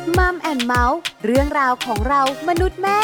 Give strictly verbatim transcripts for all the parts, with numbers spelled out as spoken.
มัมแอนด์เมาส์เรื่องราวของเรามนุษย์แม่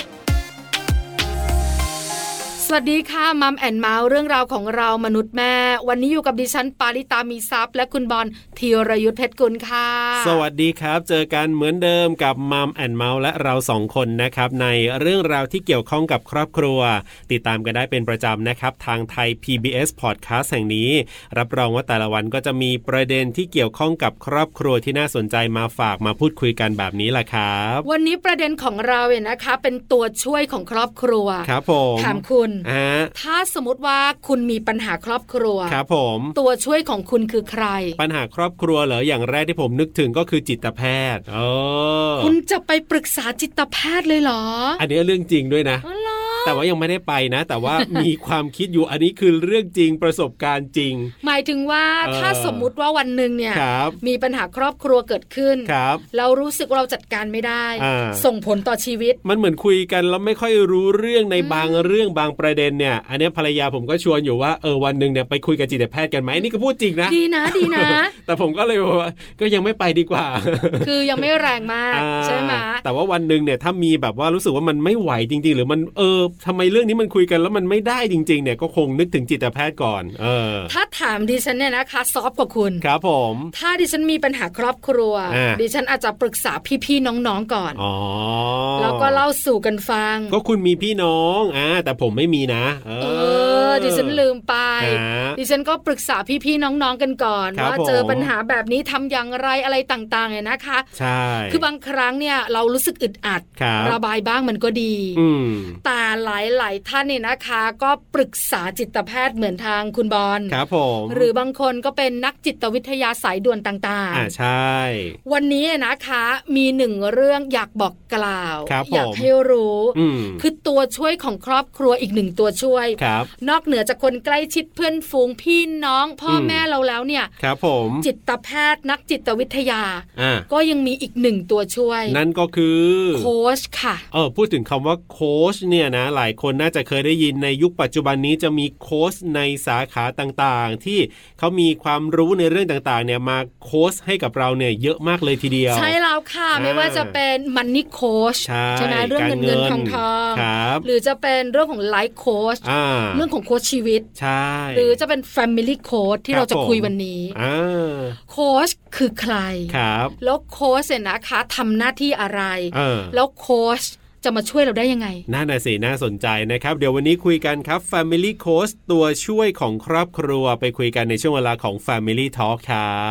สวัสดีค่ะมัมแอนด์เมาส์เรื่องราวของเรามนุษย์แม่วันนี้อยู่กับดิฉันปาริตามีซัพย์และคุณบอลธีรยุทธเพชรกุลค่ะสวัสดีครับเจอกันเหมือนเดิมกับมัมแอนด์เมาส์และเราสองคนนะครับในเรื่องราวที่เกี่ยวข้องกับครอบครัวติดตามกันได้เป็นประจำนะครับทางไทย พี บี เอส Podcast แห่งนี้รับรองว่าแต่ละวันก็จะมีประเด็นที่เกี่ยวข้องกับครอบครัวที่น่าสนใจมาฝากมาพูดคุยกันแบบนี้แหละครับวันนี้ประเด็นของเราเนี่ยนะคะเป็นตัวช่วยของครอบครัวครับผมถามคุณถ้าสมมติว่าคุณมีปัญหาครอบครัวครับผมตัวช่วยของคุณคือใครปัญหาครอบครัวเหรออย่างแรกที่ผมนึกถึงก็คือจิตแพทย์อ๋อคุณจะไปปรึกษาจิตแพทย์เลยเหรออันนี้เรื่องจริงด้วยนะแต่ว่ายังไม่ได้ไปนะแต่ว่ามีความคิดอยู่อันนี้คือเรื่องจริงประสบการณ์จริงหมายถึงว่าถ้าสมมุติว่าวันนึงเนี่ยมีปัญหาครอบครัวเกิดขึ้นเรารู้สึกว่าเราจัดการไม่ได้ส่งผลต่อชีวิตมันเหมือนคุยกันแล้วไม่ค่อยรู้เรื่องในบางเรื่องบางประเด็นเนี่ยอันนี้ภรรยาผมก็ชวนอยู่ว่าเออวันนึงเนี่ยไปคุยกับจิตแพทย์กันไหมนี่ก็พูดจริงนะดีนะดีนะแต่ผมก็เลยว่าก็ยังไม่ไปดีกว่าคือยังไม่แรงมากใช่ไหมแต่ว่าวันนึงเนี่ยถ้ามีแบบว่ารู้สึกว่ามันไม่ไหวจริงๆหรือมันเออทำไมเรื่องนี้มันคุยกันแล้วมันไม่ได้จริงๆเนี่ยก็คงนึกถึงจิตแพทย์ก่อนเออถ้าถามดิฉันเนี่ยนะคะซอฟต์กว่าคุณครับผมถ้าดิฉันมีปัญหาครอบครัวดิฉันอาจจะปรึกษาพี่ๆน้องๆก่อนอ๋อแล้วก็เล่าสู่กันฟังก็คุณมีพี่น้องอ่าแต่ผมไม่มีนะเออ, เออดิฉันลืมไปดิฉันก็ปรึกษาพี่ๆน้องๆกันก่อนว่าเจอปัญหาแบบนี้ทำอย่างไรอะไรต่างๆเนี่ยนะคะใช่คือบางครั้งเนี่ยเรารู้สึกอึดอัดระบายบ้างมันก็ดีแต่หลายๆท่านเนี่ยนะคะก็ปรึกษาจิตแพทย์เหมือนทางคุณบอลครับผมหรือบางคนก็เป็นนักจิตวิทยาสายด่วนต่างๆอ่าใช่วันนี้นะคะมีหนึ่งเรื่องอยากบอกกล่าวอยากให้รู้คือตัวช่วยของครอบครัวอีกหนึ่งตัวช่วยนอกเหนือจากคนใกล้ชิดเพื่อนฝูงพี่น้องพ่อแม่เราแล้วเนี่ยครับผมจิตแพทย์นักจิตวิทยาก็ยังมีอีกหนึ่งตัวช่วยนั่นก็คือโค้ชค่ะเออพูดถึงคำว่าโค้ชเนี่ยนะหลายคนน่าจะเคยได้ยินในยุคปัจจุบันนี้จะมีโค้ชในสาขาต่างๆที่เขามีความรู้ในเรื่องต่างๆเนี่ยมาโค้ชให้กับเราเนี่ยเยอะมากเลยทีเดียวใช่แล้วค่ะไม่ว่าจะเป็นมันนี่โค้ชใช่ไหมเรื่องเงินเงินทองทองหรือจะเป็นเรื่องของไลฟ์โค้ชเรื่องของโค้ชชีวิตใช่หรือจะเป็น Family Coach ที่เราจะคุยวันนี้โค้ชคือใครแล้วโค้ชเนี่ยนะคะทำหน้าที่อะไรแล้วโค้ชจะมาช่วยเราได้ยังไงน่าน่ะสิน่าสนใจนะครับเดี๋ยววันนี้คุยกันครับ Family Coach ตัวช่วยของครอบครัวไปคุยกันในช่วงเวลาของ Family Talk ครับ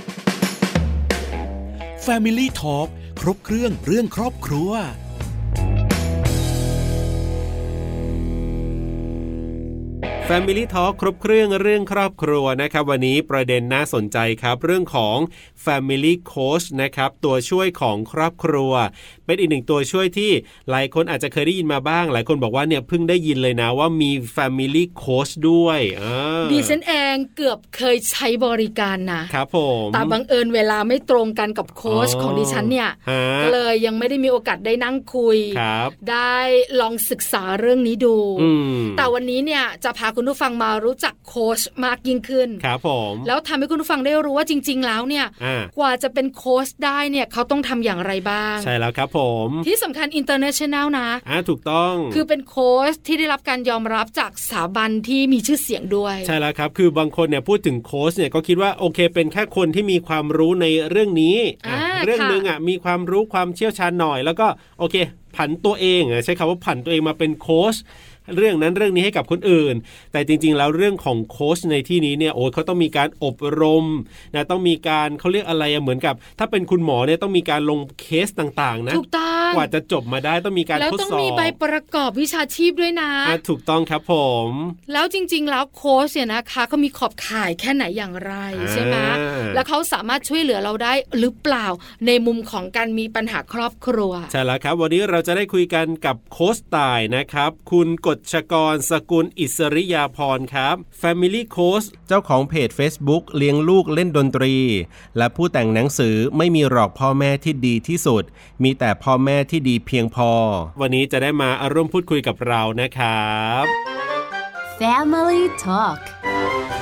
Family Talk ครบเครื่องเรื่องครอบครัว Family Talk ครบเครื่องเรื่องครอบครัวนะครับวันนี้ประเด็นน่าสนใจครับเรื่องของ Family Coach นะครับตัวช่วยของครอบครัวเป็นอีกหนึ่งตัวช่วยที่หลายคนอาจจะเคยได้ยินมาบ้างหลายคนบอกว่าเนี่ยเพิ่งได้ยินเลยนะว่ามี Family Coach ด้วยดิฉันเองเกือบเคยใช้บริการนะครับผมแต่บังเอิญเวลาไม่ตรงกันกับโค้ชของดิฉันเนี่ยก็เลยยังไม่ได้มีโอกาสได้นั่งคุยได้ลองศึกษาเรื่องนี้ดูแต่วันนี้เนี่ยจะพาคุณผู้ฟังมารู้จักโค้ชมากยิ่งขึ้นครับผมแล้วทำให้คุณผู้ฟังได้รู้ว่าจริงๆแล้วเนี่ยกว่าจะเป็นโค้ชได้เนี่ยเขาต้องทำอย่างไรบ้างใช่แล้วครับผมที่สำคัญ international นะอ่าถูกต้องคือเป็นโค้ชที่ได้รับการยอมรับจากสถาบันที่มีชื่อเสียงด้วยใช่แล้วครับคือบางคนเนี่ยพูดถึงโค้ชเนี่ยก็คิดว่าโอเคเป็นแค่คนที่มีความรู้ในเรื่องนี้เรื่องนึงอ่ะมีความรู้ความเชี่ยวชาญหน่อยแล้วก็โอเคผันตัวเองใช้คำว่าผันตัวเองมาเป็นโค้ชเรื่องนั้นเรื่องนี้ให้กับคนอื่นแต่จริงๆแล้วเรื่องของโค้ชในที่นี้เนี่ยโอ้เขาต้องมีการอบรมนะต้องมีการเขาเรียกอะไรเหมือนกับถ้าเป็นคุณหมอเนี่ยต้องมีการลงเคสต่างๆนะถูกต้องกว่าจะจบมาได้ต้องมีการทดสอบแล้วต้องมีใบประกอบวิชาชีพด้วยนะถูกต้องครับผมแล้วจริงๆแล้วโค้ชเนี่ยนะคะเขามีขอบข่ายแค่ไหนอย่างไรใช่ไหมแล้วเขาสามารถช่วยเหลือเราได้หรือเปล่าในมุมของการมีปัญหาครอบครัวใช่แล้วครับวันนี้เราจะได้คุยกันกับโค้ชต่ายนะครับคุณกฎชกรสกุลอิสริยาพรครับ Family Coach เจ้าของเพจ Facebook เลี้ยงลูกเล่นดนตรีและผู้แต่งหนังสือไม่มีหรอกพ่อแม่ที่ดีที่สุดมีแต่พ่อแม่ที่ดีเพียงพอวันนี้จะได้มาร่วมพูดคุยกับเรานะครับ Family Talk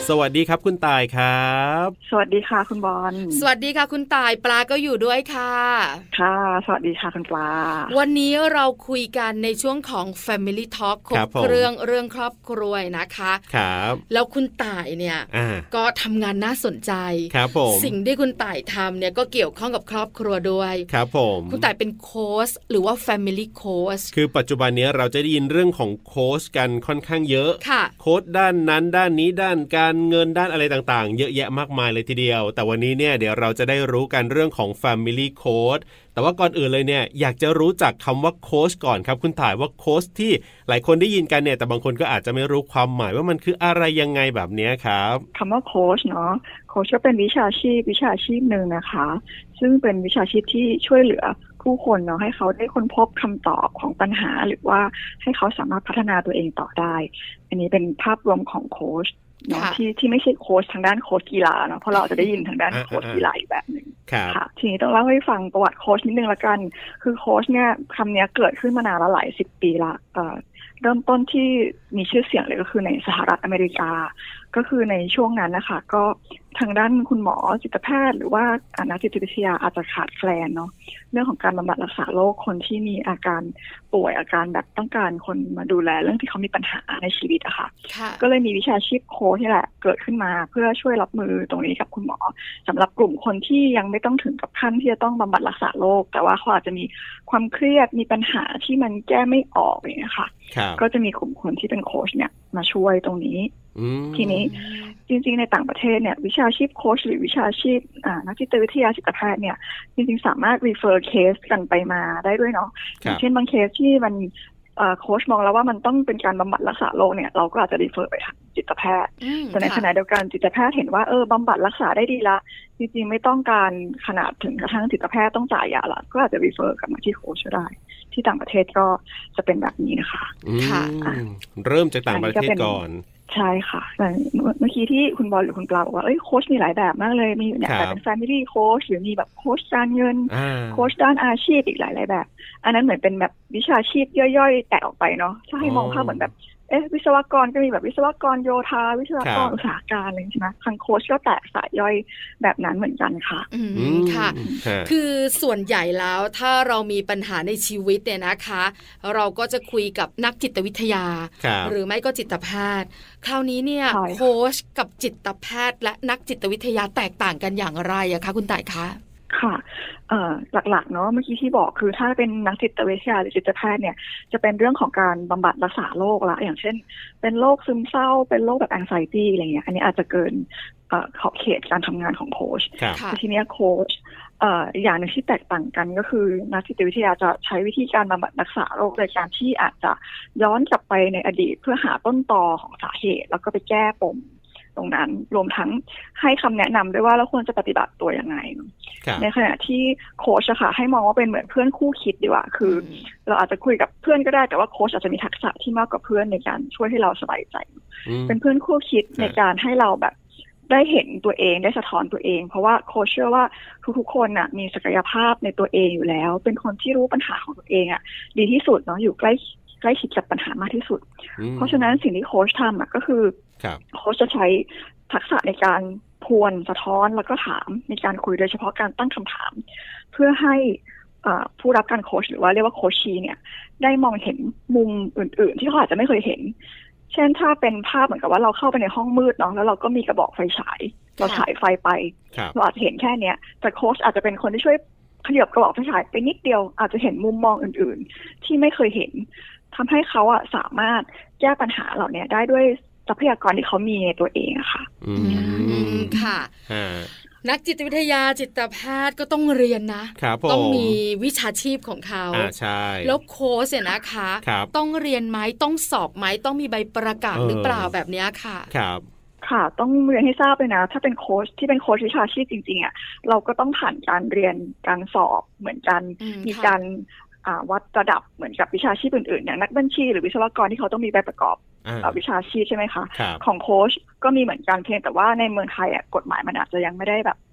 สวัสดีครับคุณต่ายครับสวัสดีค่ะคุณบอลสวัสดีค่ะคุณต่ายปลาก็อยู่ด้วยค่ะค่ะสวัสดีค่ะคุณปลาวันนี้เราคุยกันในช่วงของ Family Talk ครบเรื่องเรื่องครอบครัวนะคะครับแล้วคุณต่ายเนี่ยก็ทำงานน่าสนใจครับผมสิ่งที่คุณต่ายทำเนี่ยก็เกี่ยวข้องกับครอบครัวด้วยครับผมคุณต่ายเป็นโค้ชหรือว่า Family Coach คือปัจจุบันนี้เราจะได้ยินเรื่องของโค้ชกันค่อนข้างเยอะโค้ชด้านนั้นด้านนี้ด้านการเงินด้านอะไรต่างๆเยอะแยะมากมายเลยทีเดียวแต่วันนี้เนี่ยเดี๋ยวเราจะได้รู้กันเรื่องของ Family Coach แต่ว่าก่อนอื่นเลยเนี่ยอยากจะรู้จักคำว่าโค้ชก่อนครับคุณถ่ายว่าโค้ชที่หลายคนได้ยินกันเนี่ยแต่บางคนก็อาจจะไม่รู้ความหมายว่ามันคืออะไรยังไงแบบนี้ครับคำว่าโค้ชเนาะโค้ชก็เป็นวิชาชีพวิชาชีพหนึ่งนะคะซึ่งเป็นวิชาชีพที่ช่วยเหลือผู้คนเนาะให้เขาได้ค้นพบคำตอบของปัญหาหรือว่าให้เขาสามารถพัฒนาตัวเองต่อได้อันนี้เป็นภาพรวมของโค้ชเนาะที่ที่ไม่ใช่โค้ชทางด้านโค้ชกีฬาเนาะเพราะเราจะได้ยินทางด้านโค้ชกีฬาอีกแบบหนึ่งค่ะทีนี้ต้องเล่าให้ฟังประวัติโค้ชนิดนึงละกันคือโค้ชเนี่ยคำนี้เกิดขึ้นมานานแล้วหลายสิบปีละเอ่อเริ่มต้นที่มีชื่อเสียงเลยก็คือในสหรัฐอเมริกาก็คือในช่วงนั้นนะคะก็ทางด้านคุณหมอจิตแพทย์หรือว่านักจิตวิทยาอาจจะขาดแคลนเนาะเรื่องของการบำบัดรักษาโรคคนที่มีอาการป่วยอาการแบบต้องการคนมาดูแลเรื่องที่เขามีปัญหาในชีวิตอะค่ะก็เลยมีวิชาชีพโค้ชนี่แหละเกิดขึ้นมาเพื่อช่วยรับมือตรงนี้กับคุณหมอสำหรับกลุ่มคนที่ยังไม่ต้องถึงกับขั้นที่จะต้องบำบัดรักษาโรคแต่ว่าเขาอาจจะมีความเครียดมีปัญหาที่มันแก้ไม่ออกอย่างเงี้ยค่ะก็จะมีกลุ่มคนที่เป็นโค้ชเนี่ยมาช่วยตรงนี้ทีนี้จริงๆในต่างประเทศเนี่ยวิชาชีพโค้ชหรือวิชาชีพนักจิตวิทยาจิตแพทย์เนี่ยจริงๆสามารถ refer case กันไปมาได้ด้วยเนาะอย่างเช่นบางเคสที่มันโค้ชมองแล้วว่ามันต้องเป็นการบำบัดรักษาโรคเนี่ยเราก็อาจจะ refer ไปทางจิตแพทย์แต่ในขณะเดียวกันจิตแพทย์เห็นว่าเออบำบัดรักษาได้ดีละจริงๆไม่ต้องการขนาดถึงกระทั่งจิตแพทย์ต้องจ่ายยาละก็อาจจะ refer กลับมาที่โค้ชได้ที่ต่างประเทศก็จะเป็นแบบนี้นะคะค่ะเริ่มจากต่างประเทศก่อนใช่ค่ะเมื่อกี้ที่คุณบอลหรือคุณปลาบอกว่าเอ้ยโค้ชมีหลายแบบมากเลยมีเนี่ยแบบเป็น family coach หรือมีแบบโค้ชการเงินโค้ชด้านอาชีพอีกหลายๆแบบอันนั้นเหมือนเป็นแบบวิชาชีพย่อยๆแตกออกไปเนาะถ้าให้มองภาพเหมือนแบบเอ๊ะวิศวกรก็มีแบบวิศวกรโยธาวิศวกรอุตสาหการอะไรใช่ไหมทางโค้ชก็แตกสายย่อยแบบนั้นเหมือนกันค่ะอืมค่ะคือส่วนใหญ่แล้วถ้าเรามีปัญหาในชีวิตเนี่ยนะคะเราก็จะคุยกับนักจิตวิทยาหรือไม่ก็จิตแพทย์คราวนี้เนี่ยโค้ชกับจิตแพทย์และนักจิตวิทยาแตกต่างกันอย่างไรอะคะคุณต่ายคะค่ะเอ่อหลักๆเนาะเมื่อกี้ที่บอกคือถ้าเป็นนักจิตวิทยาหรือจิตแพทย์เนี่ยจะเป็นเรื่องของการบำบัดรักษาโรคละอย่างเช่นเป็นโรคซึมเศร้าเป็นโรคแบบ anxiety อะไรเงี้ยอันนี้อาจจะเกินเอ่อขอบเขตการทำงานของโค้ชแต่ทีนี้โค้ชเอ่ออย่างนึงที่แตกต่างกันก็คือนักจิตวิทยาจะใช้วิธีการบำบัดรักษาโรคโดยการที่อาจจะย้อนกลับไปในอดีตเพื่อหาต้นตอของสาเหตุแล้วก็ไปแก้ปมตรงนั้นรวมทั้งให้คำแนะนำด้วยว่าเราควรจะปฏิบัติตัวยังไงในขณะที่โค้ชอะค่ะให้มองว่าเป็นเหมือนเพื่อนคู่คิดดีกว่าคือเราอาจจะคุยกับเพื่อนก็ได้แต่ว่าโค้ชอาจจะมีทักษะที่มากกว่าเพื่อนในการช่วยให้เราสบายใจเป็นเพื่อนคู่คิดในการให้เราแบบได้เห็นตัวเองได้สะท้อนตัวเองเพราะว่าโค้ชเชื่อว่าทุกๆคนน่ะมีศักยภาพในตัวเองอยู่แล้วเป็นคนที่รู้ปัญหาของตัวเองอะดีที่สุดเนาะอยู่ใกล้ใกล้ชิดกับปัญหามากที่สุดเพราะฉะนั้นสิ่งที่โค้ชทำอะก็คือโค้ชจะใช้ทักษะในการทวนสะท้อนแล้วก็ถามในการคุยโดยเฉพาะการตั้งคำถามเพื่อให้ผู้รับการโค้ชหรือว่าเรียกว่าโค้ชชีเนี่ยได้มองเห็นมุมอื่นๆที่เขาอาจจะไม่เคยเห็นเช่นถ้าเป็นภาพเหมือนกับว่าเราเข้าไปในห้องมืดเนาะแล้วเราก็มีกระบอกไฟฉายเราฉายไฟไปเราอาจจะเห็นแค่เนี้ยแต่โค้ชอาจจะเป็นคนที่ช่วยขยับกระบอกไฟฉายไปนิดเดียวอาจจะเห็นมุมมองอื่นๆที่ไม่เคยเห็นทำให้เขาอะสามารถแก้ปัญหาเหล่านี้ได้ด้วยทรัพยากรที่เขามีในตัวเองอะค่ะอืมค่ะนักจิตวิทยาจิตแพทย์ก็ต้องเรียนนะต้องมีวิชาชีพของเขาใช่แล้วโค้ชเนี่ยนะคะต้องเรียนไหมต้องสอบไหมต้องมีใบประกาศหรือเปล่าแบบนี้ค่ะครับค่ะต้องเรียนให้ทราบเลยนะถ้าเป็นโค้ชที่เป็นโค้ชวิชาชีพจริงๆอ่ะเราก็ต้องผ่านการเรียนการสอบเหมือนกันมีการวัดระดับเหมือนกับวิชาชีพอื่นๆอย่างนักบัญชีหรือวิศวกรที่เขาต้องมีใบประกอบวิชาชีพใช่ไหมคะของโค้ชก็มีเหมือนกันเพียงแต่ว่าในเมืองไทยอ่ะกฎหมายมันอาจจะยังไม่ได้แบบ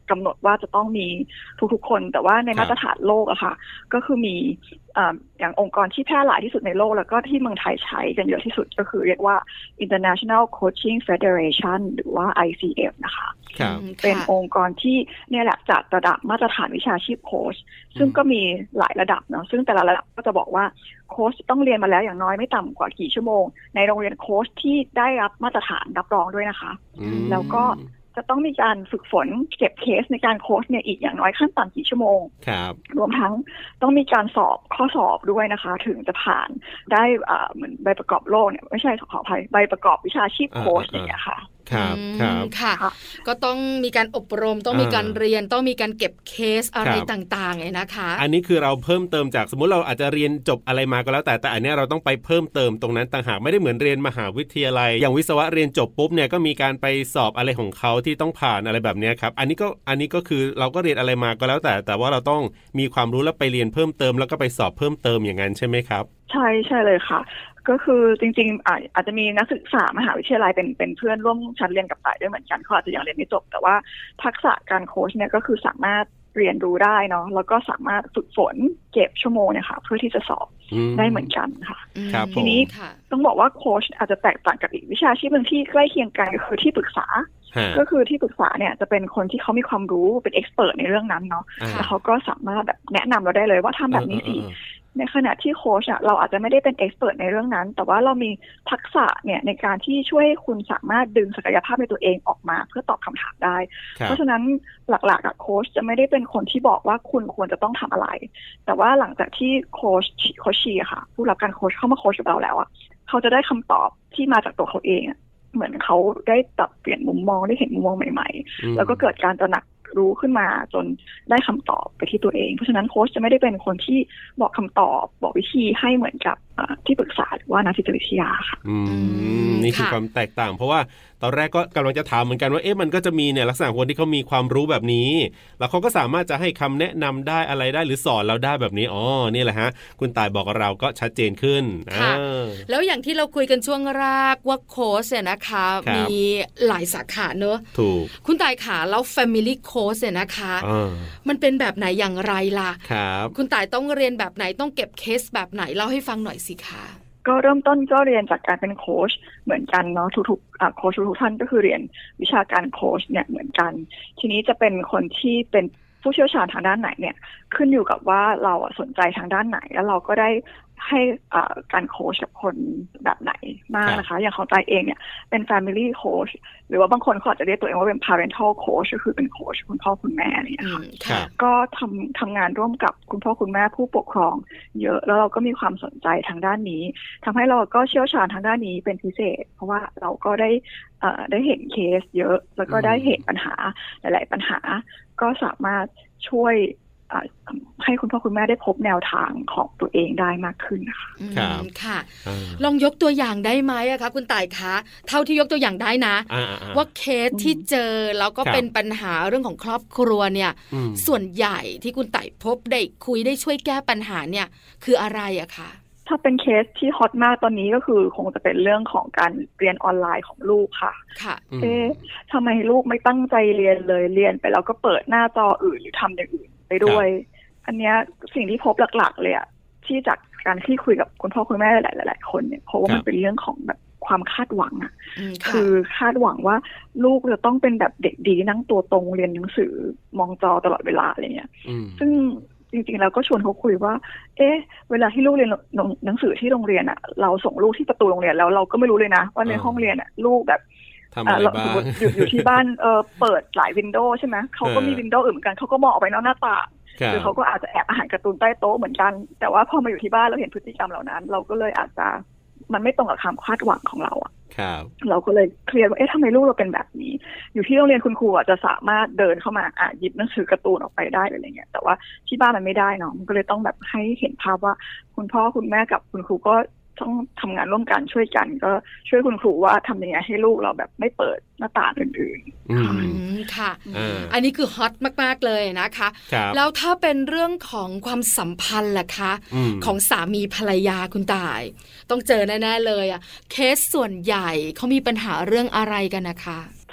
กำหนดว่าจะต้องมีทุกๆคนแต่ว่าในมาตรฐานโลกอะค่ะก็คือมีอย่างองค์กรที่แพร่หลายที่สุดในโลกแล้วก็ที่เมืองไทยใช้กันเยอะที่สุดก็คือเรียกว่า International Coaching Federation หรือว่า ไอ ซี เอฟ นะคะเป็นองค์กรที่เนี่ยแหละจัดระดับมาตรฐานวิชาชีพโค้ชซึ่งก็มีหลายระดับเนาะซึ่งแต่ละระดับก็จะบอกว่าโค้ชต้องเรียนมาแล้วอย่างน้อยไม่ต่ำกว่ากี่ชั่วโมงในโรงเรียนโค้ชที่ได้รับมาตรฐานรับรองด้วยนะคะแล้วก็จะต้องมีการฝึกฝนเก็บเคสในการโค้ชเนี่ยอีกอย่างน้อยขั้นต่ำกี่ชั่วโมงครับรวมทั้งต้องมีการสอบข้อสอบด้วยนะคะถึงจะผ่านได้เหมือนใบประกอบโลกเนี่ยไม่ใช่ขออภัยใบประกอบวิชาชีพโค้ชอย่างเงี้ยค่ะครับครับค่ะก็ต้องมีการอบรมต้องมีการเรียนต้องมีการเก็บเคสอะไรต่างๆไงนะคะอันนี้คือเราเพิ่มเติมจากสมมุติเราอาจจะเรียนจบอะไรมาก็แล้วแต่แต่อันนี้เราต้องไปเพิ่มเติมตรงนั้นต่างหากไม่ได้เหมือนเรียนมหาวิทยาลัยอย่างวิศวะเรียนจบปุ๊บเนี่ยก็มีการไปสอบอะไรของเขาที่ต้องผ่านอะไรแบบนี้ครับอันนี้ก็อันนี้ก็คือเราก็เรียนอะไรมาก็แล้วแต่แต่ว่าเราต้องมีความรู้แล้วไปเรียนเพิ่มเติมแล้วก็ไปสอบเพิ่มเติมอย่างนั้นใช่ไหมครับใช่ใช่เลยค่ะก็คือจริงๆ อา, อาจจะมีนักศึกษามหาวิทยาลัยเป็นเป็นเพื่อนร่วมชั้นเรียนกับต่ายด้วยเหมือนกันเขาอาจจะยังเรียนไม่จบแต่ว่าทักษะการโค้ชเนี่ยก็คือสามารถเรียนรู้ได้เนาะแล้วก็สามารถฝึกฝนเก็บชั่วโมงเนี่ยค่ะเพื่อที่จะสอบได้เหมือนกันค่ะทีนี้ต้องบอกว่าโค้ชอาจจะแตกต่างกับอีกวิชาชีพหนึ่งที่ใกล้เคียงกันก็คือที่ปรึกษาก็คือที่ปรึกษาเนี่ยจะเป็นคนที่เขามีความรู้เป็นเอ็กซ์เพิร์ทในเรื่องนั้นเนาะแล้วเขาก็สามารถแบบแนะนำเราได้เลยว่าทำแบบนี้สิในขณะที่โค้ชอ่ะเราอาจจะไม่ได้เป็นเอ็กซ์เพิร์ทในเรื่องนั้นแต่ว่าเรามีทักษะเนี่ยในการที่ช่วยให้คุณสามารถดึงศักยภาพในตัวเองออกมาเพื่อตอบคำถามได้เพราะฉะนั้นหลักๆอ่ะโค้ชจะไม่ได้เป็นคนที่บอกว่าคุณควรจะต้องทำอะไรแต่ว่าหลังจากที่โค้ชโค้ชชีค่ะผู้รับการโค้ชเข้ามาโค้ชกับเราแล้วอ่ะเขาจะได้คำตอบที่มาจากตัวเขาเองเหมือนเขาได้ปรับเปลี่ยนมุมมองได้เห็นมุมมองใหม่ๆแล้วก็เกิดการตระหนักรู้ขึ้นมาจนได้คำตอบไปที่ตัวเองเพราะฉะนั้นโค้ชจะไม่ได้เป็นคนที่บอกคำตอบบอกวิธีให้เหมือนกับที่ปรึกษาหรือว่านักจิตวิทยาค่ะอืมนี่คือความแตกต่างเพราะว่าตอนแรกก็กำลังจะถามเหมือนกันว่าเอ๊ะมันก็จะมีเนี่ยลักษณะคนที่เขามีความรู้แบบนี้แล้วเขาก็สามารถจะให้คำแนะนำได้อะไรได้หรือสอนเราได้แบบนี้อ๋อนี่แหละฮะคุณต่ายบอกเราก็ชัดเจนขึ้นค่ะแล้วอย่างที่เราคุยกันช่วงแรกว่าโค้ชเนี่ยนะคะมีหลายสาขาเนอะถูกคุณต่ายขาแล้ว Family Coach เนี่ยนะคะมันเป็นแบบไหนอย่างไรล่ะครับคุณต่ายต้องเรียนแบบไหนต้องเก็บเคสแบบไหนเล่าให้ฟังหน่อยสิคะก็เริ่มต้นก็เรียนจากการเป็นโค้ชเหมือนกันเนาะทุกๆโค้ชทุกท่านก็คือเรียนวิชาการโค้ชเนี่ยเหมือนกันทีนี้จะเป็นคนที่เป็นผู้เชี่ยวชาญทางด้านไหนเนี่ยขึ้นอยู่กับว่าเราสนใจทางด้านไหนแล้วเราก็ได้ให้การโค้ชกับคนแบบไหนมากนะคะอย่างของใจเองเนี่ยเป็น family coach หรือว่าบางคนเขาอาจจะเรียกตัวเองว่าเป็น parental coach ก็คือเป็นโค้ชคุณพ่อคุณแม่เนี่ยค่ะก็ทำทำงานร่วมกับคุณพ่อคุณแม่ผู้ปกครองเยอะแล้วเราก็มีความสนใจทางด้านนี้ทำให้เราก็เชี่ยวชาญทางด้านนี้เป็นพิเศษเพราะว่าเราก็ได้ได้เห็นเคสเยอะแล้วก็ได้เห็นปัญหาหลายๆปัญหาก็สามารถช่วยให้คุณพ่อคุณแม่ได้พบแนวทางของตัวเองได้มากขึ้นนะคะครับค่ะลองยกตัวอย่างได้ไหมอะคะคุณต่ายคะเท่าที่ยกตัวอย่างได้นะว่าเคสที่เจอแล้วก็เป็นปัญหาเรื่องของครอบครัวเนี่ยส่วนใหญ่ที่คุณต่ายพบได้คุยได้ช่วยแก้ปัญหาเนี่ยคืออะไรอะคะถ้าเป็นเคสที่ฮอตมากตอนนี้ก็คือคงจะเป็นเรื่องของการเรียนออนไลน์ของลูกค่ะค่ะเอ๊ะทำไมลูกไม่ตั้งใจเรียนเลยเรียนไปแล้วก็เปิดหน้าจออื่นหรือทำอย่างอื่นไปด้วยอันเนี้ยสิ่งที่พบหลักๆเลยอะที่จากการที่คุยกับคุณพ่อคุณแม่หลายๆคนเนี่ยเพราะว่ามันเป็นเรื่องของแบบความคาดหวังอะคือคาดหวังว่าลูกจะต้องเป็นแบบเด็กดีนั่งตัวตรงเรียนหนังสือมองจอตลอดเวลาอะไรเงี้ยซึ่งจริงๆแล้วก็ชวนเขาคุยว่าเอ๊ะเวลาที่ลูกเรียนหนังสือที่โรงเรียนอะเราส่งลูกที่ประตูโรงเรียนแล้วเราก็ไม่รู้เลยนะว่าในห้องเรียนอะลูกแบบเราอยู่อยู่ที่บ้านเออเปิดหลายวินโดว์ใช่ไหมเขาก็มีวินโดว์อื่นเหมือนกันเขาก็มองออกไปนอกหน้าต่างหรือเขาก็อาจจะแอบอาหารการ์ตูนใต้โต๊ะเหมือนกันแต่ว่าพอมาอยู่ที่บ้านเราเห็นพฤติกรรมเหล่านั้นเราก็เลยอาจจะมันไม่ตรงกับความคาดหวังของเราอ่ะเราก็เลยเคลียร์ว่าเอ๊ะทำไมลูกเราเป็นแบบนี้อยู่ที่โรงเรียนคุณครูจะสามารถเดินเข้ามาอ่ะหยิบหนังสือการ์ตูนออกไปได้อะไรเงี้ยแต่ว่าที่บ้านมันไม่ได้เนาะมันก็เลยต้องแบบให้เห็นภาพว่าคุณพ่อคุณแม่กับคุณครูก็ต้องทำงานร่วมกันช่วยกันก็ช่วยคุณครูว่าทำยังไงให้ลูกเราแบบไม่เปิดหน้าต่างอื่นๆค่ะอันนี้คือฮอตมากๆเลยนะคะแล้วถ้าเป็นเรื่องของความสัมพันธ์ล่ะคะของสามีภรรยาคุณต่ายต้องเจอแน่ๆเลยอ่ะเคสส่วนใหญ่เขามีปัญหาเรื่องอะไรกันนะคะถ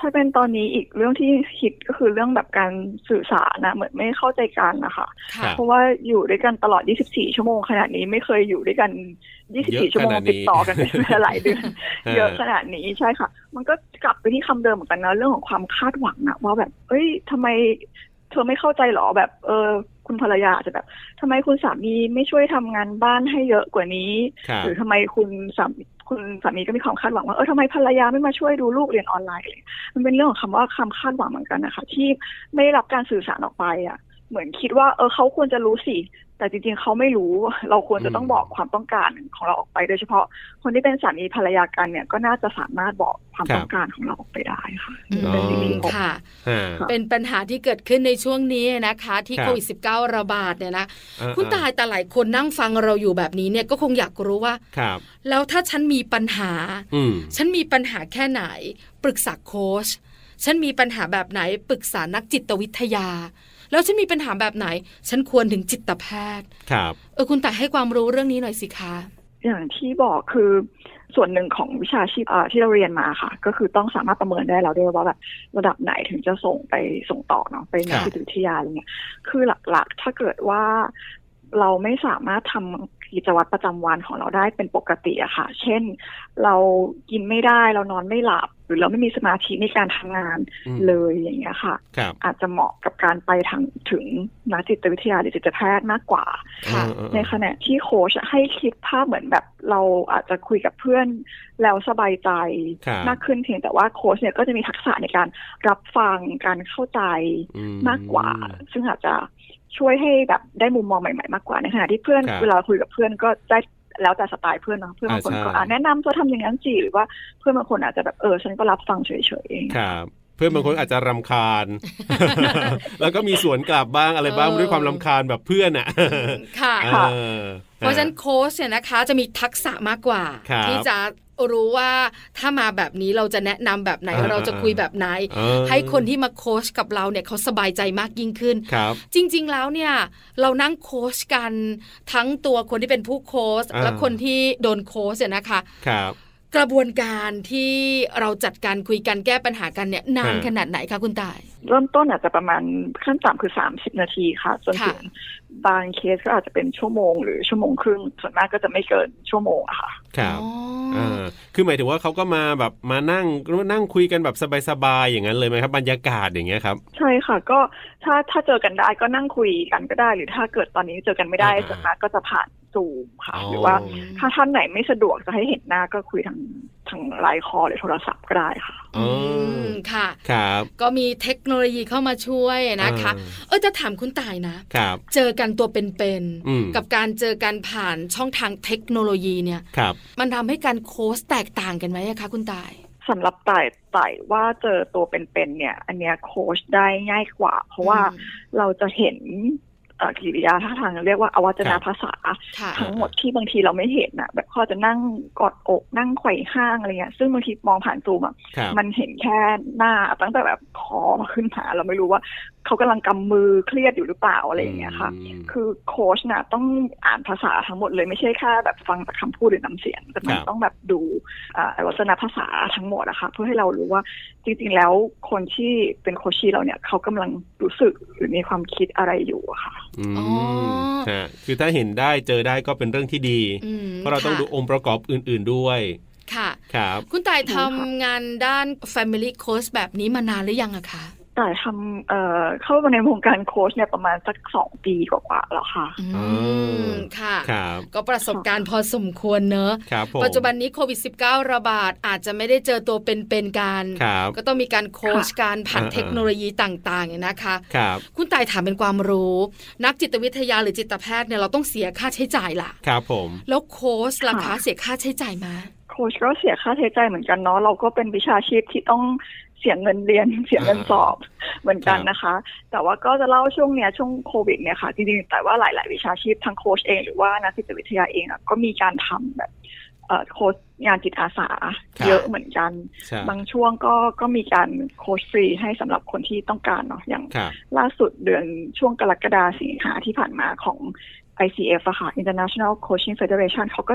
ถ้าเป็นตอนนี้อีกเรื่องที่ฮิตก็คือเรื่องแบบการสื่อสารนะเหมือนไม่เข้าใจกันนะคะเพราะว่าอยู่ด้วยกันตลอดยี่สิบสี่ชั่วโมงขนาดนี้ไม่เคยอยู่ด้วยกันยี่สิบสี่ชั่วโมงติดต่อกันเป็นเวลาหลายเดือนเยอะขนาดนี้ใช่ค่ะมันก็กลับไปที่คำเดิมเหมือนกันนะเรื่องของความคาดหวังนะว่าแบบเอ้ยทำไมเธอไม่เข้าใจหรอแบบเออคุณภรรยาจะแบบทำไมคุณสามีไม่ช่วยทำงานบ้านให้เยอะกว่านี้หรือทำไมคุณสามีคุณสามีก็มีความคาดหวังว่าเออทำไมภรรยาไม่มาช่วยดูลูกเรียนออนไลน์เลยมันเป็นเรื่องของคำว่าคำคาดหวังเหมือนกันนะคะที่ไม่ได้รับการสื่อสารออกไปอ่ะเหมือนคิดว่าเออเขาควรจะรู้สิแต่จริงๆเขาไม่รู้เราควรจะต้องบอกความต้องการของเราออกไปโดยเฉพาะคนที่เป็นสามีภรรยากันเนี่ยก็น่าจะสามารถบอกความต้องการของเราออกไปได้ค่ะเป็นสิ่งที่ค่ะเป็นปัญหาที่เกิดขึ้นในช่วงนี้นะคะที่โควิด สิบเก้า ระบาดเนี่ยนะคุณตายแต่หลายคนนั่งฟังเราอยู่แบบนี้เนี่ยก็คงอยากรู้ว่าแล้วถ้าฉันมีปัญหาฉันมีปัญหาแค่ไหนปรึกษาโค้ชฉันมีปัญหาแบบไหนปรึกษานักจิตวิทยาแล้วฉันมีปัญหาแบบไหนฉันควรถึงจิตแพทย์ครับเออคุณแต่ให้ความรู้เรื่องนี้หน่อยสิคะอย่างที่บอกคือส่วนหนึ่งของวิชาชีพที่เราเรียนมาค่ะก็คือต้องสามารถประเมินได้แล้วด้วยว่าแบบระดับไหนถึงจะส่งไปส่งต่อเนาะไปนักจิตวิทยาอะไรเงี้ยคือหลักๆถ้าเกิดว่าเราไม่สามารถทำกิจวัตรประจำวันของเราได้เป็นปกติอะค่ะเช่นเรากินไม่ได้เรานอนไม่หลับหรือเราไม่มีสมาธิในการทำงานเลยอย่างเงี้ยค่ะอาจจะเหมาะกับการไปทางถึงนักจิตวิทยาหรือจิตแพทย์มากกว่าในขณะที่โค้ชให้คิดภาพเหมือนแบบเราอาจจะคุยกับเพื่อนแล้วสบายใจมากขึ้นเพียงแต่ว่าโค้ชเนี่ยก็จะมีทักษะในการรับฟังการเข้าใจมากกว่าซึ่งอาจจะช่วยให้แบบได้มุมมองใหม่ๆมากกว่าในขณะที่เพื่อนเวลาคุยกับเพื่อนก็ได้แล้วแต่สไตล์เพื่อนเนาะเพื่อนบางคนก็แนะนำเธอทำอย่างนั้นสิหรือว่าเพื่อนบางคนอาจจะแบบเออฉันก็รับฟังเฉยๆครับเพื่อนบางคนอาจจะรำคาญ แล้วก็มีสวนกลับบ้างอะไรบ้างด้วยความรำคาญแบบเพื่อนอ่ะค่ะเพราะฉะนั้นโค้ชเนี่ยนะคะจะมีทักษะมากกว่าที่จะรู้ว่าถ้ามาแบบนี้เราจะแนะนำแบบไหนเราจะคุยแบบไหนให้คนที่มาโค้ชกับเราเนี่ยเขาสบายใจมากยิ่งขึ้นจริงๆแล้วเนี่ยเรานั่งโค้ชกันทั้งตัวคนที่เป็นผู้โค้ชและคนที่โดนโค้ชเนี่ยนะคะกระบวนการที่เราจัดการคุยกันแก้ปัญหากันเนี่ยนานขนาดไหนคะคุณต่ายเริ่มต้นอาจจะประมาณขั้นต่ำคือสามสิบนาทีค่ะจนถึงบางเคสก็อาจจะเป็นชั่วโมงหรือชั่วโมงครึ่งส่วนมากก็จะไม่เกินชั่วโมงอะค่ะครับอ่าคือหมายถึงว่าเขาก็มาแบบมานั่งนั่งคุยกันแบบสบายๆอย่างนั้นเลยไหมครับบรรยากาศอย่างเงี้ยครับใช่ค่ะก็ถ้าถ้าเจอกันได้ก็นั่งคุยกันก็ได้หรือถ้าเกิดตอนนี้เจอกันไม่ได้ส่วนมากก็จะผ่านซูมค่ะหรือว่าถ้าท่านไหนไม่สะดวกจะให้เห็นหน้าก็คุยทางทางไลน์คอลหรือโทรศัพท์ก็ได้ค่ะอืมค่ะครับก็มีเทคโนโลยีเข้ามาช่วยนะคะเออจะถามคุณต่ายนะครับเจอกันตัวเป็นๆกับการเจอกันผ่านช่องทางเทคโนโลยีเนี่ยมันทำให้การโค้ชแตกต่างกันไหมคะคุณต่ายสำหรับต่ายต่ายว่าเจอตัวเป็นๆเนี่ยอันเนี้ยโค้ชได้ง่ายกว่าเพราะว่าเราจะเห็นกิริยาท่าทางเรียกว่าอวัจนภาษาทั้งหมดที่บางทีเราไม่เห็นน่ะแบบเขาจะนั่งกอดอกนั่งไขว่ห้างอะไรเงี้ยซึ่งบางทีมองผ่านซูมอ่ะมันเห็นแค่หน้าตั้งแต่แบบคอมาขึ้นมาเราไม่รู้ว่าเขากำลังกำมือเครียดอยู่หรือเปล่าอะไรอย่างเงี้ยค่ะคือโค้ชน่ะต้องอ่านภาษาทั้งหมดเลยไม่ใช่แค่แบบฟังแต่คำพูดหรือน้ำเสียงแต่มันต้องแบบดูอวัจนภาษาทั้งหมดอะค่ะเพื่อให้เรารู้ว่าจริงๆแล้วคนที่เป็นโค้ชเราเนี่ยเขากำลังรู้สึกหรือมีความคิดอะไรอยู่อะค่ะอ๋อคือถ้าเห็นได้เจอได้ก็เป็นเรื่องที่ดีเพราะเราต้องดูองค์ประกอบอื่นๆด้วยค่ะครับคุณต่ายทำงานด้าน Family Coach แบบนี้มานานหรือยังอะคะแต่ทำเอ่อเข้ามาในวงการโค้ชเนี่ยประมาณสักสองปีกว่าๆแล้วค่ะอืมค่ะก็ประสบการณ์พอสมควรเนอะปัจจุบันนี้โควิด สิบเก้า ระบาดอาจจะไม่ได้เจอตัวเป็นๆกันก็ต้องมีการโค้ชการผ่านเทคโนโลยีต่างๆเนี่ยนะคะคุณต่ายถามเป็นความรู้นักจิตวิทยาหรือจิตแพทย์เนี่ยเราต้องเสียค่าใช้จ่ายล่ะครับผมแล้วโค้ชราคาเสียค่าใช้จ่ายมาโค้ชก็เสียค่าใช้จ่ายเหมือนกันเนาะเราก็เป็นวิชาชีพที่ต้องเสียเงินเรียนเสียเงินสอบเหมือนกันนะคะแต่ว่าก็จะเล่าช่วงเนี้ยช่วงโควิดเนี่ยค่ะจริงๆแต่ว่าหลายๆวิชาชีพทั้งโค้ชเองหรือว่านักจิตวิทยาเองอ่ะก็มีการทำแบบเอ่อโค้ชงานจิตอาสาเยอะเหมือนกันบางช่วงก็ก็มีการโค้ชฟรีให้สำหรับคนที่ต้องการเนาะอย่างล่าสุดเดือนช่วงกรกฎาคมสิงหาที่ผ่านมาของ ไอ ซี เอฟ อะค่ะ International Coaching Federation เขาก็จับ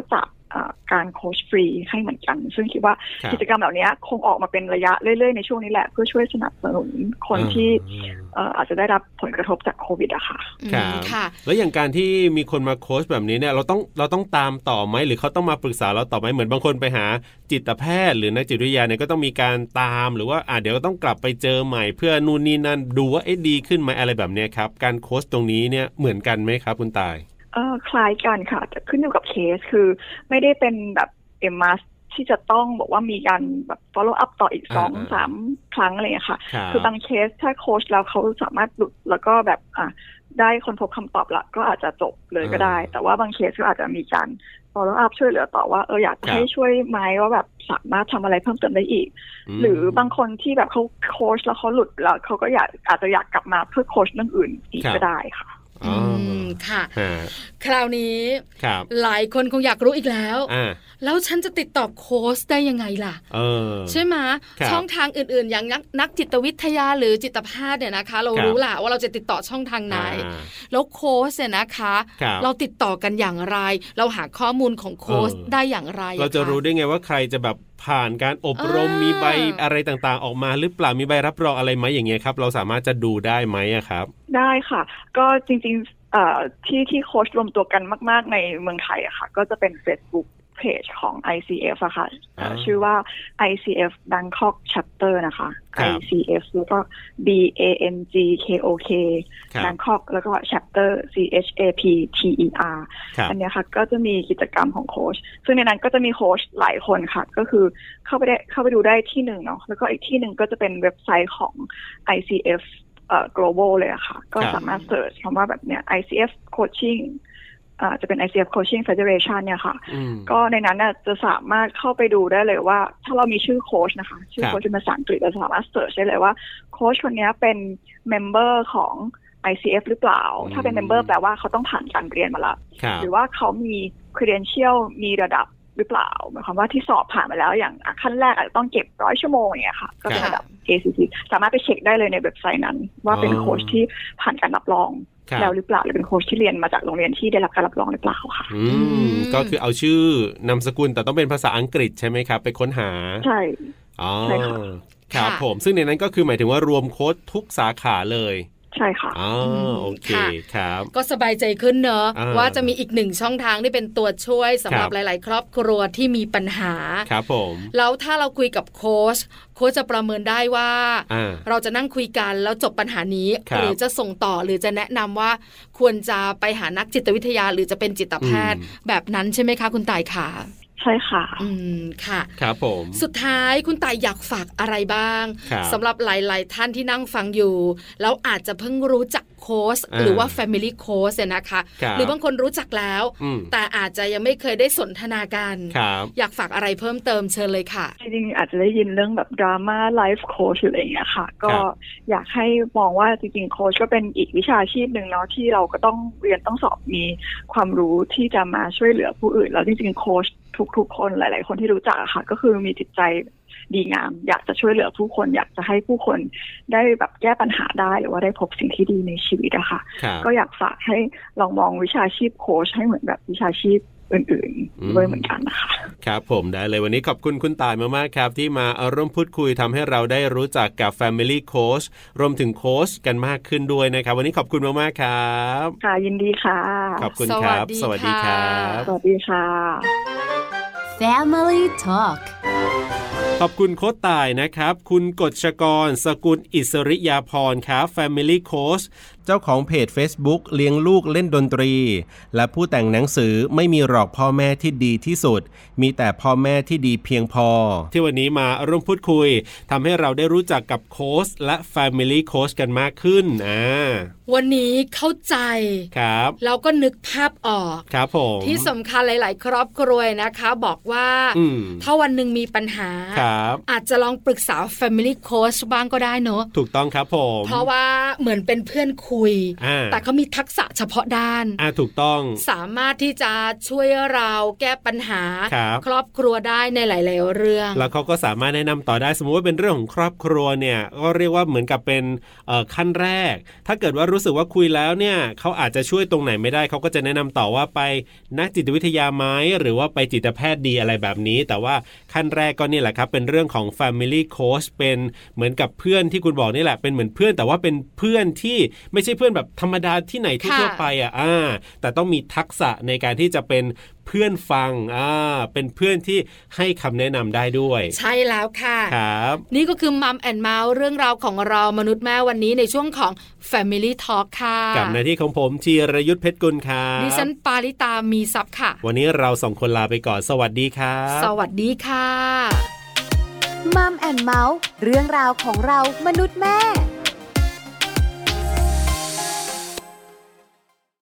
การโค้ชฟรีให้เหมือนกันซึ่งคิดว่ากิจกรรมเหล่านี้คงออกมาเป็นระยะเรื่อยๆในช่วงนี้แหละเพื่อช่วยสนับสนุนคนที่อาจจะได้รับผลกระทบจากโควิดอะค่ะค่ะแล้วอย่างการที่มีคนมาโค้ชแบบนี้เนี่ยเราต้องเราต้องตามต่อไหมหรือเขาต้องมาปรึกษาเราต่อไหมเหมือนบางคนไปหาจิตแพทย์หรือนักจิตวิทยาเนี่ยก็ต้องมีการตามหรือว่าอ่าเดี๋ยวก็ต้องกลับไปเจอใหม่เพื่อนู่นนี่นั่นดูว่าเอ๊ะดีขึ้นไหมอะไรแบบนี้ครับการโค้ชตรงนี้เนี่ยเหมือนกันไหมครับคุณตายเออคล้ายกันค่ะแต่ขึ้นอยู่กับเคสคือไม่ได้เป็นแบบเอ็มมัสที่จะต้องบอกว่ามีการแบบ follow up ต่ออีกสองสามครั้งอะไรอย่างเงี้ยค่ะคือบางเคสถ้าโค้ชแล้วเขาสามารถหลุดแล้วก็แบบอ่ะได้คนพบคำตอบละก็อาจจะจบเลยก็ได้แต่ว่าบางเคสก็อาจจะมีการ follow up ช่วยเหลือต่อว่าเอออยากให้ช่วยไหมว่าแบบสามารถทำอะไรเพิ่มเติมได้อีกหรือบางคนที่แบบเขาโค้ชแล้วเขาหลุดแล้วเขาก็อยากอาจจะอยากกลับมาเพื่อโค้ชเรื่องอื่นอีกก็ได้ค่ะอืมค่ะคราวนี้หลายคนคงอยากรู้อีกแล้วแล้วฉันจะติดต่อโค้ชได้ยังไงล่ะใช่ไหมช่องทางอื่นๆอย่างนักนักจิตวิทยาหรือจิตแพทย์เนี่ยนะคะเรารู้แหละว่าเราจะติดต่อช่องทางไหนแล้วโค้ชเนี่ยนะคะเราติดต่อกันอย่างไรเราหาข้อมูลของโค้ชได้อย่างไรเราจะรู้ได้ไงว่าใครจะแบบผ่านการอบรมมีใบอะไรต่างๆออกมาหรือเปล่ามีใบรับรองอะไรไหมอย่างเงี้ยครับเราสามารถจะดูได้ไหมครับได้ค่ะก็จริงๆเอ่อที่ที่โค้ชรวมตัวกันมากๆในเมืองไทยอะค่ะก็จะเป็น Facebook page ของ ไอ ซี เอฟ อะค่ะชื่อว่า ไอ ซี เอฟ Bangkok Chapter นะคะ ไอ ซี เอฟ แล้วก็ B A N G K O K Bangkok แล้วก็ Chapter C H A P T E R อันนี้ค่ะก็จะมีกิจกรรมของโค้ชซึ่งในนั้นก็จะมีโค้ชหลายคนค่ะก็คือเข้าไปได้เข้าไปดูได้ที่หนึ่งเนาะแล้วก็อีกที่หนึ่งก็จะเป็นเว็บไซต์ของ ไอ ซี เอฟ เอ่อ global เลยอะค่ะก็สามารถเสิร์ชคำว่าแบบเนี้ย ไอ ซี เอฟ coachingอ่าจะเป็น ไอ ซี เอฟ Coaching Federation เนี่ยค่ะก็ในนั้นน่ะจะสามารถเข้าไปดูได้เลยว่าถ้าเรามีชื่อโค้ชนะคะชื่อโค้ชเป็นภาษาอังกฤษเราสามารถเสิร์ชได้เลยว่าโค้ชคนนี้เป็นเมมเบอร์ของ ไอ ซี เอฟ หรือเปล่าถ้าเป็นเมมเบอร์แปลว่าเขาต้องผ่านการเรียนมาแล้วหรือว่าเขามี credential มีระดับหรือเปล่าหมายความว่าที่สอบผ่านมาแล้วอย่างขั้นแรกอาจจะต้องเก็บร้อยชั่วโมงอย่างเงี้ยค่ะก็เป็นระดับ เอ ซี ซี สามารถไปเช็คได้เลยในเว็บไซต์นั้นว่าเป็นโค้ชที่ผ่านการรับรองแล้วหรือเปล่าหรือเป็นโค้ชที่เรียนมาจากโรงเรียนที่ได้รับการรับรองหรือเปล่าค่ะอืมก็คือเอาชื่อนามสกุลแต่ต้องเป็นภาษาอังกฤษใช่ไหมครับไปค้นหาใช่อ๋อครับผมซึ่งในนั้นก็คือหมายถึงว่ารวมโค้ชทุกสาขาเลยใช่ค่ะอ๋อโอเคครับก็สบายใจขึ้นเนอะว่าจะมีอีกหนึ่งช่องทางที่เป็นตัวช่วยสำหรับหลายๆครอบครัวที่มีปัญหาครับผมแล้วถ้าเราคุยกับโค้ชโค้ชจะประเมินได้ว่าเราจะนั่งคุยกันแล้วจบปัญหานี้หรือจะส่งต่อหรือจะแนะนำว่าควรจะไปหานักจิตวิทยาหรือจะเป็นจิตแพทย์แบบนั้นใช่ไหมคะคุณต่ายค่ะใช่ค่ะอืมค่ะครับผมสุดท้ายคุณต่ายอยากฝากอะไรบ้างสำหรับหลายๆท่านที่นั่งฟังอยู่แล้วอาจจะเพิ่งรู้จักโค้ชหรือว่า Family Coach เนี่ยนะคะหรือบางคนรู้จักแล้วแต่อาจจะยังไม่เคยได้สนทนากันอยากฝากอะไรเพิ่มเติมเชิญเลยค่ะจริงๆอาจจะได้ยินเรื่องแบบดราม่าไลฟ์โค้ชอะไรอย่างเงี้ยค่ะก็อยากให้มองว่าจริงๆโค้ชก็เป็นอีกวิชาชีพหนึ่งเนาะที่เราก็ต้องเรียนต้องสอบมีความรู้ที่จะมาช่วยเหลือผู้อื่นแล้วจริงๆโค้ชทุกๆคนหลายๆคนที่รู้จักอะค่ะก็คือมีจิตใจดีงามอยากจะช่วยเหลือผู้คนอยากจะให้ผู้คนได้แบบแก้ปัญหาได้หรือว่าได้พบสิ่งที่ดีในชีวิตอะค่ะก็อยากฝากให้ลองมองวิชาชีพโค้ชให้เหมือนแบบวิชาชีพอื่นๆด้วยเหมือนกันนะคะครับผมได้เลยวันนี้ขอบคุณคุณต่ายมากๆครับที่มาร่วมพูดคุยทำให้เราได้รู้จักกับ Family Coach รวมถึงโค้ชกันมากขึ้นด้วยนะครับวันนี้ขอบคุณมากๆครับค่ะยินดีค่ะขอบคุณครับสวัสดีครับสวัสดีค่ะ Family Talk ขอบคุณโค้ชต่ายนะครับคุณกฤษกรสกุลอิสริยาพรครับ Family Coach เจ้าของเพจ Facebook เลี้ยงลูกเล่นดนตรีและผู้แต่งหนังสือไม่มีหรอกพ่อแม่ที่ดีที่สุดมีแต่พ่อแม่ที่ดีเพียงพอที่วันนี้มาร่วมพูดคุยทำให้เราได้รู้จักกับโค้ชและ Family Coach กันมากขึ้นอ่าวันนี้เข้าใจครับเราก็นึกภาพออกครับผมที่สำคัญหลายๆครอบครัวนะคะบอกว่าถ้าวันหนึ่งมีปัญหาอาจจะลองปรึกษา Family Coach บ้างก็ได้เนอะถูกต้องครับผมเพราะว่าเหมือนเป็นเพื่อนคุคุยแต่เขามีทักษะเฉพาะด้านอ่าถูกต้องสามารถที่จะช่วยเราแก้ปัญหาค, ครอบครัวได้ในหลายๆเรื่องแล้วเขาก็สามารถแนะนำต่อได้สมมุติว่าเป็นเรื่องของครอบครัวเนี่ยก็เรียกว่าเหมือนกับเป็นเอ่อขั้นแรกถ้าเกิดว่ารู้สึกว่าคุยแล้วเนี่ยเขาอาจจะช่วยตรงไหนไม่ได้เขาก็จะแนะนำต่อว่าไปนักจิตวิทยาไหมหรือว่าไปจิตแพทย์ดีอะไรแบบนี้แต่ว่าขั้นแรกก็นี่แหละครับเป็นเรื่องของ Family Coach เป็นเหมือนกับเพื่อนที่คุณบอกนี่แหละเป็นเหมือนเพื่อนแต่ว่าเป็นเพื่อนที่ไม่ใช่เพื่อนแบบธรรมดาที่ไหนทั่วไปอ่ะอ่าแต่ต้องมีทักษะในการที่จะเป็นเพื่อนฟังอ่าเป็นเพื่อนที่ให้คำแนะนำได้ด้วยใช่แล้วค่ะครับนี่ก็คือมัมแอนด์เมาส์เรื่องราวของเรามนุษย์แม่วันนี้ในช่วงของ Family Talk ค่ะกับหน้าที่ของผมธีรยุทธเพชรกุลครับดิฉันปาริตามีทรัพย์ค่ะวันนี้เราสองคนลาไปก่อนสวัสดีครับสวัสดีค่ะมัมแอนด์เมาส์เรื่องราวของเรามนุษย์แม่